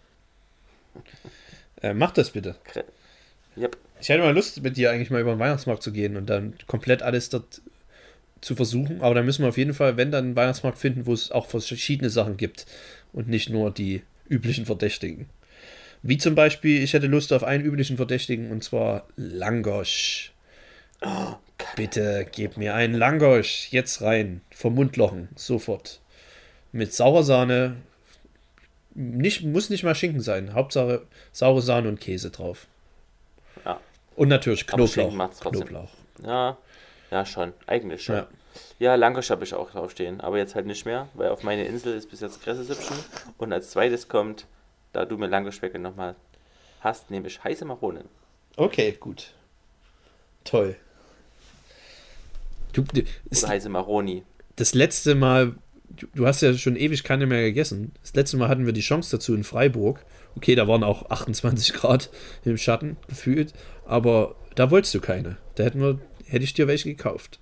Mach das bitte. Yep. Ich hätte mal Lust, mit dir eigentlich mal über den Weihnachtsmarkt zu gehen und dann komplett alles dort zu versuchen. Aber dann müssen wir auf jeden Fall, wenn dann einen Weihnachtsmarkt finden, wo es auch verschiedene Sachen gibt und nicht nur die üblichen Verdächtigen. Wie zum Beispiel, ich hätte Lust auf einen üblichen Verdächtigen und zwar Langosch. Oh, bitte gib mir einen Langosch jetzt rein. Vom Mundlochen, sofort. Mit saurer Sahne. Muss nicht mal Schinken sein. Hauptsache saure Sahne und Käse drauf. Ja. Und natürlich Knoblauch. Knoblauch. Ja, schon. Eigentlich schon. Ja, Langosch habe ich auch draufstehen. Aber jetzt halt nicht mehr, weil auf meine Insel ist bis jetzt Kresse-Süppchen. Und als zweites kommt, da du mir Langosch nochmal hast, nehme ich heiße Maronen. Okay, gut. Toll. Oder heiße Maroni. das letzte Mal, du hast ja schon ewig keine mehr gegessen. Das letzte Mal hatten wir die Chance dazu in Freiburg. Okay, da waren auch 28 Grad im Schatten gefühlt, aber da wolltest du keine. Da hätte ich dir welche gekauft.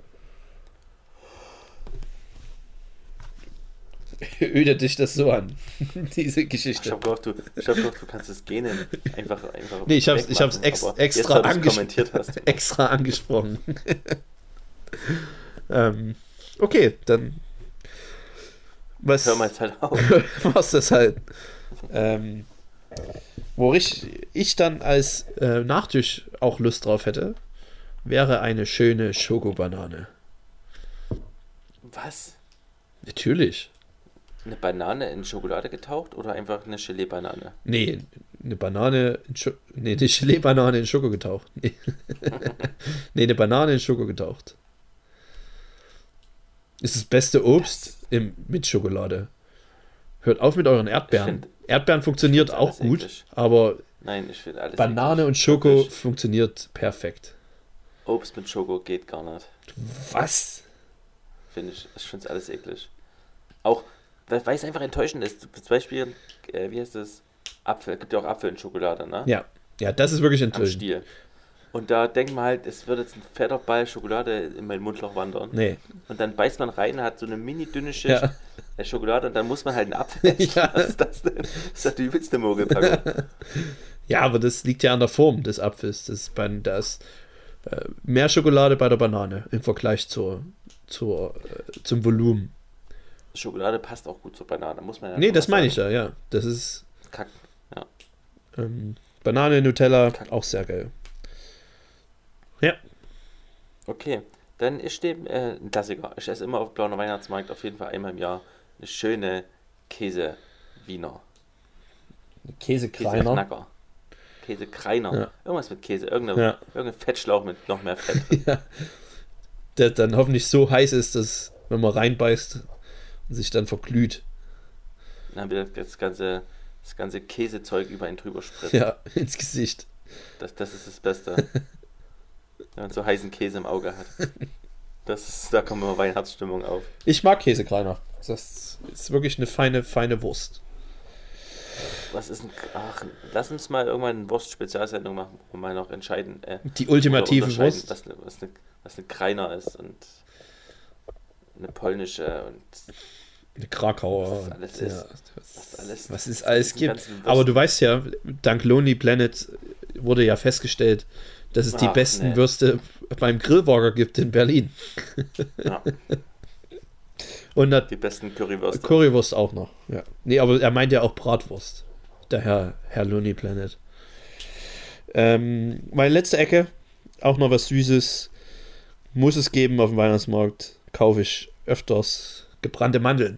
Ödet dich das so an, diese Geschichte. Ich hab gehofft, du kannst es gähnen. Einfach nee, ich hab's extra extra angesprochen. Okay, dann hör mal jetzt halt auf. Was das halt. Wo ich dann als Nachtisch auch Lust drauf hätte, wäre eine schöne Schokobanane. Was? Natürlich. Eine Banane in Schokolade getaucht oder einfach eine Gelee-Banane? Nee, eine Banane eine Gelee-Banane in Schoko getaucht. Nee. Nee, eine Banane in Schoko getaucht. Ist das beste Obst mit Schokolade. Hört auf mit euren Erdbeeren. Erdbeeren funktioniert auch gut, eklig. Aber nein, ich finde alles Banane eklig. Und Schoko funktioniert perfekt. Obst mit Schoko geht gar nicht. Was? Ich finde es alles eklig. Auch, weil es einfach enttäuschend ist. Zum Beispiel, wie heißt das? Apfel. Es gibt ja auch Apfel in Schokolade, ne? Ja, das ist wirklich enttäuschend. Am Stiel. Und da denkt man halt, es wird jetzt ein fetter Ball Schokolade in mein Mundloch wandern. Nee. Und dann beißt man rein, hat so eine mini dünne Schicht Schokolade und dann muss man halt einen Apfel essen. Ja. Was ist das denn? Das ist doch die übelste Mogelpackung. Ja, aber das liegt ja an der Form des Apfels. Da ist mehr Schokolade bei der Banane im Vergleich zum Volumen. Schokolade passt auch gut zur Banane, muss man ja. Nee, das meine ich ja. Das ist Kack, ja. Banane, Nutella, Kack. Auch sehr geil. Ja. Okay, dann ist dem ein Klassiker. Ich esse immer auf Blauer Weihnachtsmarkt auf jeden Fall einmal im Jahr eine schöne Käse-Wiener. Käsekreiner. Käsekreiner. Ja. Irgendwas mit Käse. Irgendein Fettschlauch mit noch mehr Fett drin. Ja. Der dann hoffentlich so heiß ist, dass wenn man reinbeißt und sich dann verglüht. Dann wird das ganze Käsezeug über ihn drüber spritzt. Ja, ins Gesicht. Das ist das Beste. Wenn man so heißen Käse im Auge hat. Da kommt immer Weihnachtsstimmung auf. Ich mag Käsekreiner. Das ist wirklich eine feine Wurst. Was ist lass uns mal irgendwann eine Wurst-Spezialsendung machen, wo wir mal noch entscheiden. Die ultimative Wurst. Was eine Kreiner ist und eine polnische und eine Krakauer. Was alles ist. Was es alles gibt. Aber du weißt ja, dank Lonely Planet wurde ja festgestellt, dass es die besten Würste beim Grillburger gibt in Berlin. Ja. Und die besten Currywürste. Currywurst auch noch, ja. Nee, aber er meint ja auch Bratwurst. Der Herr Lonely Planet. Meine letzte Ecke, auch noch was Süßes. Muss es geben auf dem Weihnachtsmarkt. Kaufe ich öfters gebrannte Mandeln.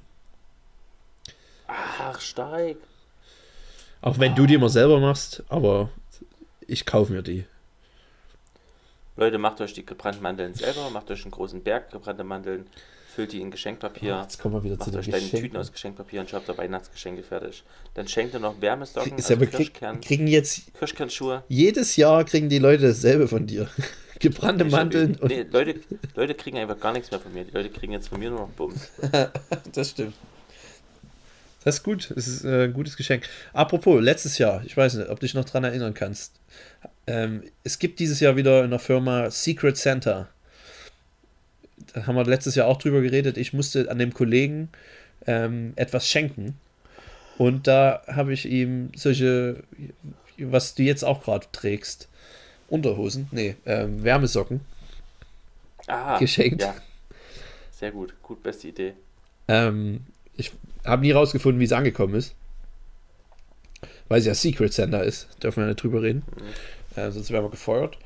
Ach, stark. Auch wenn du die immer selber machst, aber ich kaufe mir die. Leute, macht euch die gebrannten Mandeln selber, macht euch einen großen Berg gebrannte Mandeln, füllt die in Geschenkpapier, jetzt kommen wir wieder macht zu euch deine Tüten aus Geschenkpapier und schreibt da Weihnachtsgeschenke fertig. Dann schenkt ihr noch Wärmesocken, kriegen jetzt Kirschkernschuhe. Jedes Jahr kriegen die Leute dasselbe von dir. Gebrannte Mandeln. Nee, Leute kriegen einfach gar nichts mehr von mir. Die Leute kriegen jetzt von mir nur noch Bums. Das stimmt. Das ist gut. Es ist ein gutes Geschenk. Apropos, letztes Jahr, ich weiß nicht, ob du dich noch dran erinnern kannst. Es gibt dieses Jahr wieder in der Firma Secret Santa. Da haben wir letztes Jahr auch drüber geredet. Ich musste an dem Kollegen etwas schenken. Und da habe ich ihm solche, was du jetzt auch gerade trägst, Unterhosen, Wärmesocken geschenkt. Ja. Sehr gut, beste Idee. Ich habe nie rausgefunden, wie es angekommen ist. Weil es ja Secret Santa ist. Dürfen wir nicht drüber reden. Sonst wären wir gefeuert.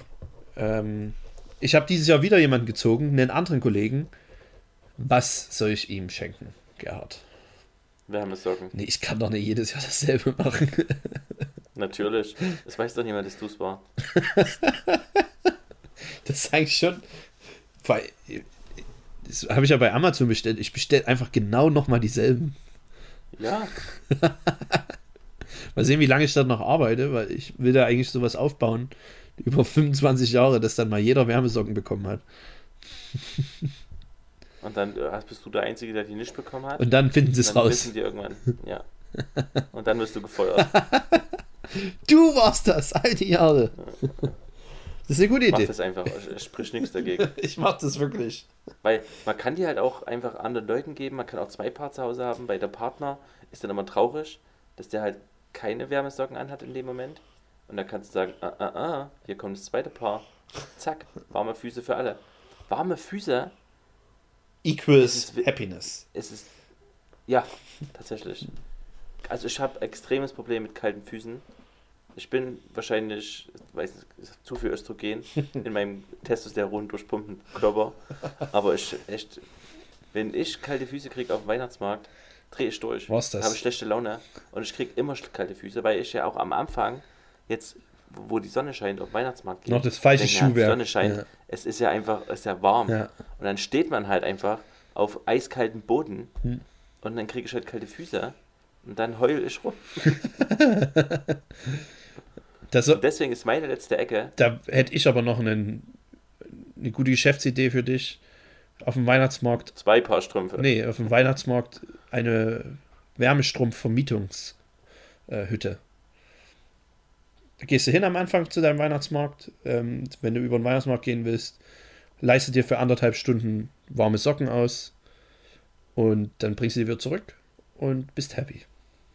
Ich habe dieses Jahr wieder jemanden gezogen, einen anderen Kollegen. Was soll ich ihm schenken, Gerhard? Wärmesocken. Nee, ich kann doch nicht jedes Jahr dasselbe machen. Natürlich. Das weiß doch niemand, dass du es war. Das sage ich schon. Das habe ich ja bei Amazon bestellt. Ich bestelle einfach genau nochmal dieselben. Ja. Mal sehen, wie lange ich da noch arbeite, weil ich will da eigentlich sowas aufbauen. Über 25 Jahre, dass dann mal jeder Wärmesocken bekommen hat. Und dann bist du der Einzige, der die nicht bekommen hat. Und dann finden sie es raus. Wissen die irgendwann, ja. Und dann wirst du gefeuert. Du warst das, alte Jahre. Das ist eine gute Idee. Mach das einfach, sprich nichts dagegen. Ich mach das wirklich. Weil man kann die halt auch einfach anderen Leuten geben, man kann auch 2 Paar zu Hause haben, weil der Partner ist dann immer traurig, dass der halt keine Wärmesocken anhat in dem Moment. Und dann kannst du sagen, hier kommt das zweite Paar. Zack, warme Füße für alle. Warme Füße equals happiness. Es ist, ja, tatsächlich. Also ich habe extremes Problem mit kalten Füßen. Ich bin wahrscheinlich, weiß nicht, zu viel Östrogen in meinem Testosteron durchpumpten Körper. Aber wenn ich kalte Füße kriege auf dem Weihnachtsmarkt, drehe ich durch. Was das? Habe schlechte Laune und ich kriege immer kalte Füße, weil ich ja auch am Anfang, jetzt wo die Sonne scheint, auf den Weihnachtsmarkt gehe. Noch das falsche Schuhwerk. Die Sonne scheint, ja. Es ist ja einfach, es ist ja warm. Ja. Und dann steht man halt einfach auf eiskaltem Boden und dann kriege ich halt kalte Füße und dann heule ich rum. Und deswegen ist meine letzte Ecke. Da hätte ich aber noch eine gute Geschäftsidee für dich. Auf dem Weihnachtsmarkt. 2 Paar Strümpfe. Nee, auf dem Weihnachtsmarkt eine Wärmestrumpf-Vermietungshütte. Da gehst du hin am Anfang zu deinem Weihnachtsmarkt. Wenn du über den Weihnachtsmarkt gehen willst, leiste dir für 1,5 Stunden warme Socken aus und dann bringst du die wieder zurück und bist happy.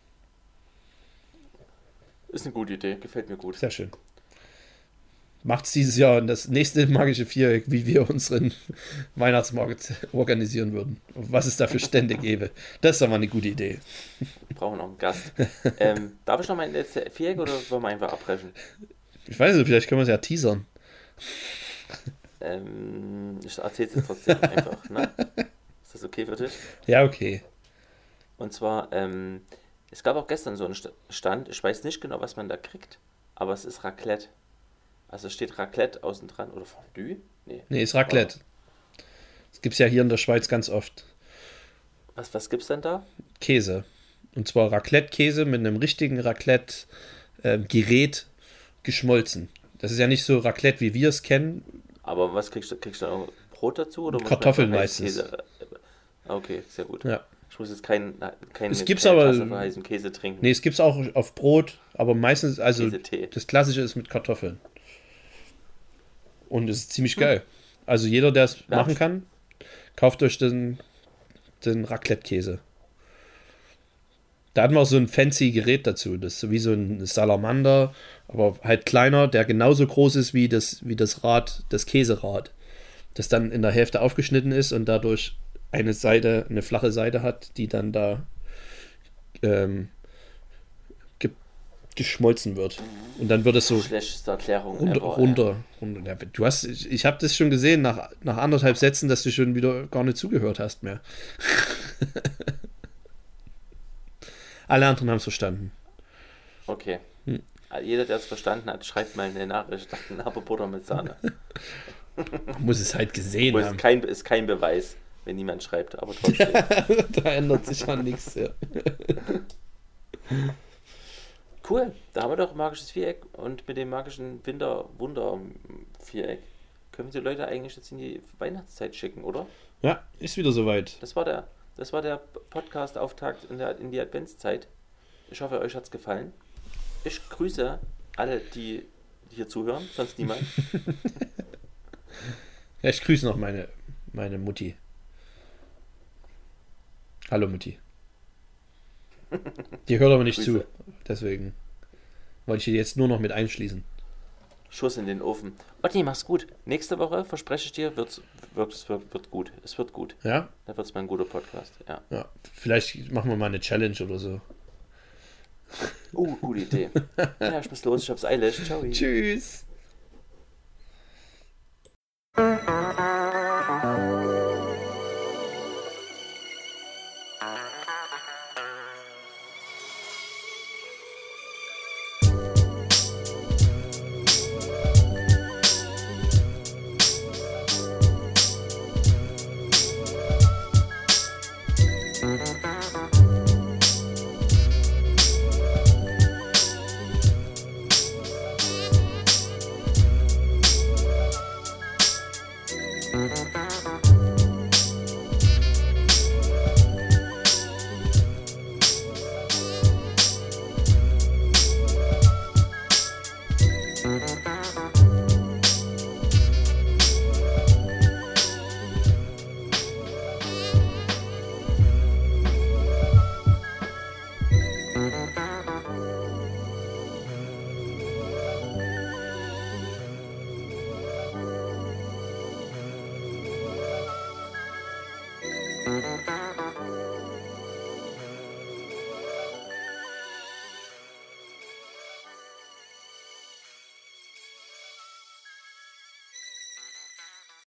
Ist eine gute Idee, gefällt mir gut. Sehr schön. Macht's dieses Jahr in das nächste magische Viereck, wie wir unseren Weihnachtsmarkt organisieren würden. Und was es da für Stände gäbe. Das ist doch mal eine gute Idee. Wir brauchen noch einen Gast. Darf ich noch mein letztes Viereck oder wollen wir einfach abbrechen? Ich weiß nicht, vielleicht können wir es ja teasern. Ich erzähle es jetzt trotzdem einfach. Ne? Ist das okay für dich? Ja, okay. Und zwar, es gab auch gestern so einen Stand, ich weiß nicht genau, was man da kriegt, aber es ist Raclette. Also steht Raclette außen dran oder Fondue? Nee, ist Raclette. Das gibt es ja hier in der Schweiz ganz oft. Was gibt's denn da? Käse. Und zwar Raclette-Käse mit einem richtigen Raclette-Gerät geschmolzen. Das ist ja nicht so Raclette, wie wir es kennen. Aber was kriegst du noch Brot dazu? Oder Kartoffeln meistens. Okay, sehr gut. Ja. Ich muss jetzt keine heißen Käse trinken. Nee, es gibt es auch auf Brot, aber meistens, also Käse-Tee. Das Klassische ist mit Kartoffeln. Und es ist ziemlich geil. Also jeder, der es machen kann, kauft euch den Raclette-Käse. Da hatten wir auch so ein fancy Gerät dazu. Das ist so wie so ein Salamander, aber halt kleiner, der genauso groß ist wie das Rad, das Käserad. Das dann in der Hälfte aufgeschnitten ist und dadurch eine flache Seite hat, die dann da geschmolzen wird. Und dann wird es so schlechteste Erklärung runter. Ich habe das schon gesehen nach 1,5 Sätzen, dass du schon wieder gar nicht zugehört hast mehr. Alle anderen haben es verstanden. Okay. Jeder, der es verstanden hat, schreibt mal eine Nachricht. Haferbutter mit Sahne. Man muss es halt gesehen haben. Ist kein Beweis, wenn niemand schreibt, aber trotzdem. Da ändert sich an nichts. Ja. Cool, da haben wir doch magisches Viereck und mit dem magischen Winter-Wunder-Viereck können wir die Leute eigentlich jetzt in die Weihnachtszeit schicken, oder? Ja, ist wieder soweit. Das war der Podcast-Auftakt in die Adventszeit. Ich hoffe, euch hat es gefallen. Ich grüße alle, die hier zuhören, sonst niemand. Ja, ich grüße noch meine Mutti. Hallo Mutti. Die hört aber nicht Grüße. zu, deswegen wollte ich die jetzt nur noch mit einschließen. Schuss in den Ofen. Otti, mach's gut. Nächste Woche, verspreche ich dir, wird gut. Es wird gut. Ja? Da wird's mal ein guter Podcast. Ja. Vielleicht machen wir mal eine Challenge oder so. Gute Idee. Ja, ich muss los, ich hab's eilig. Ciao. Tschüss. Dank.